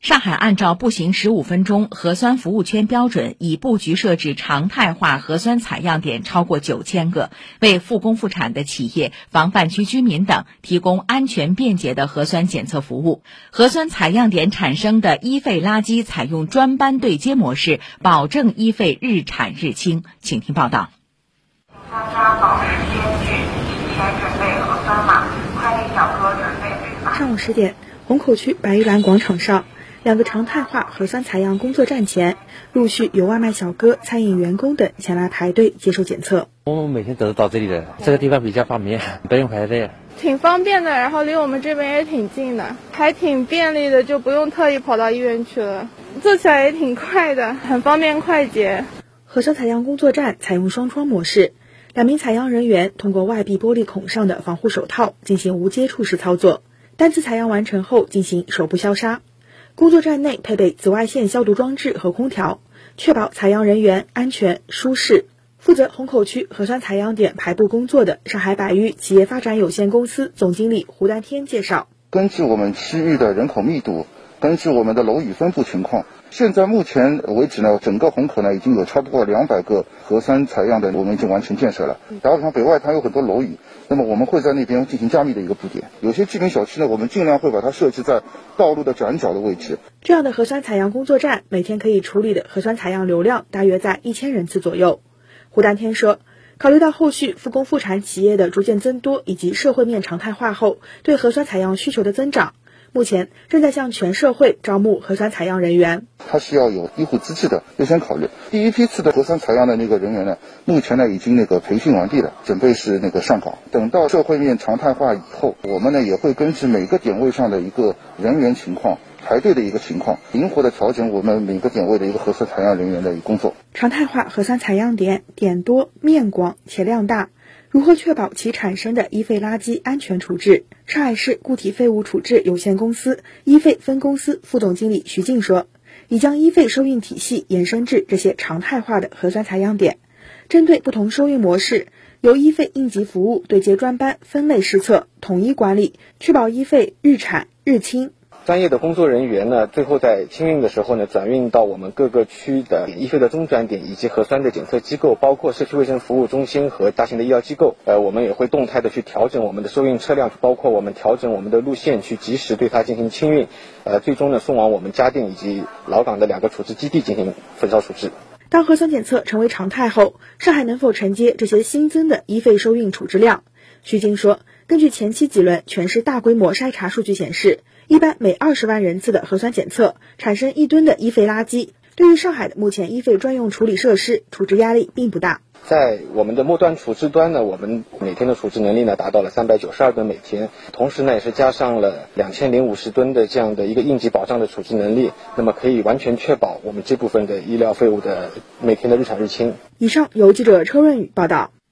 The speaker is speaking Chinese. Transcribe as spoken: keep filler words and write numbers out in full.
上海按照步行十五分钟核酸服务圈标准，已布局设置常态化核酸采样点超过九千个，为复工复产的企业、防范区居民等提供安全便捷的核酸检测服务。核酸采样点产生的医废垃圾采用专班对接模式，保证医废日产日清。请听报道。 参加保时间去提前准备核酸码，快递小哥准备绿码。 上午十点，虹口区白玉兰广场上，两个常态化核酸采样工作站前，陆续有外卖小哥、餐饮员工等前来排队接受检测。 我们每天都是到这里的，这个地方比较方便，不用排队， 挺方便的，然后离我们这边也挺近的，还挺便利的，就不用特意跑到医院去了，做起来也挺快的，很方便快捷。 核酸采样工作站采用双窗模式，两名采样人员通过外壁玻璃孔上的防护手套进行无接触式操作，单次采样完成后进行手部消杀。工作站内配备紫外线消毒装置和空调，确保采样人员安全舒适。负责虹口区核酸采样点排布工作的上海百裕企业发展有限公司总经理胡丹天介绍， 根据我们区域的人口密度，根据我们的楼宇分布情况，现在目前为止呢，整个虹口呢已经有超过两百个核酸采样的，我们已经完成建设了。打个比方，北外它有很多楼宇，那么我们会在那边进行加密的一个布点。有些居民小区呢，我们尽量会把它设置在道路的转角的位置。 这样的核酸采样工作站每天可以处理的核酸采样流量大约在一千人次左右。胡丹天说，考虑到后续复工复产企业的逐渐增多，以及社会面常态化后对核酸采样需求的增长，目前正在向全社会招募核酸采样人员。 它是要有医护资质的，优先考虑。第一批次的核酸采样的那个人员呢，目前呢已经那个培训完毕了，准备是那个上岗。等到社会面常态化以后，我们呢也会根据每个点位上的一个人员情况、排队的一个情况，灵活的调整我们每个点位的一个核酸采样人员的工作。 常态化核酸采样点点多、面广且量大，如何确保其产生的医废垃圾安全处置？上海市固体废物处置有限公司医废分公司副总经理徐静说，已将医废收运体系延伸至这些常态化的核酸采样点，针对不同收运模式，由医废应急服务对接专班分类施测，统一管理，确保医废日产日清。 专业的工作人员呢，最后在清运的时候呢，转运到我们各个区的医废的中转点以及核酸的检测机构，包括社区卫生服务中心和大型的医疗机构。呃，我们也会动态的去调整我们的收运车辆，包括我们调整我们的路线，去及时对它进行清运。呃，最终呢，送往我们嘉定以及老港的两个处置基地进行焚烧处置。 当核酸检测成为常态后，上海能否承接这些新增的医废收运处置量？徐静说，根据前期几轮全市大规模筛查数据显示，一般每二十万人次的核酸检测产生一吨的医废垃圾，对于上海的目前医废专用处理设施，处置压力并不大。 在我们的末端处置端呢，我们每天的处置能力呢达到了三百九十二吨每天，同时呢也是加上了两千零五十吨的这样的一个应急保障的处置能力，那么可以完全确保我们这部分的医疗废物的每天的日产日清。 以上由记者车润宇报道。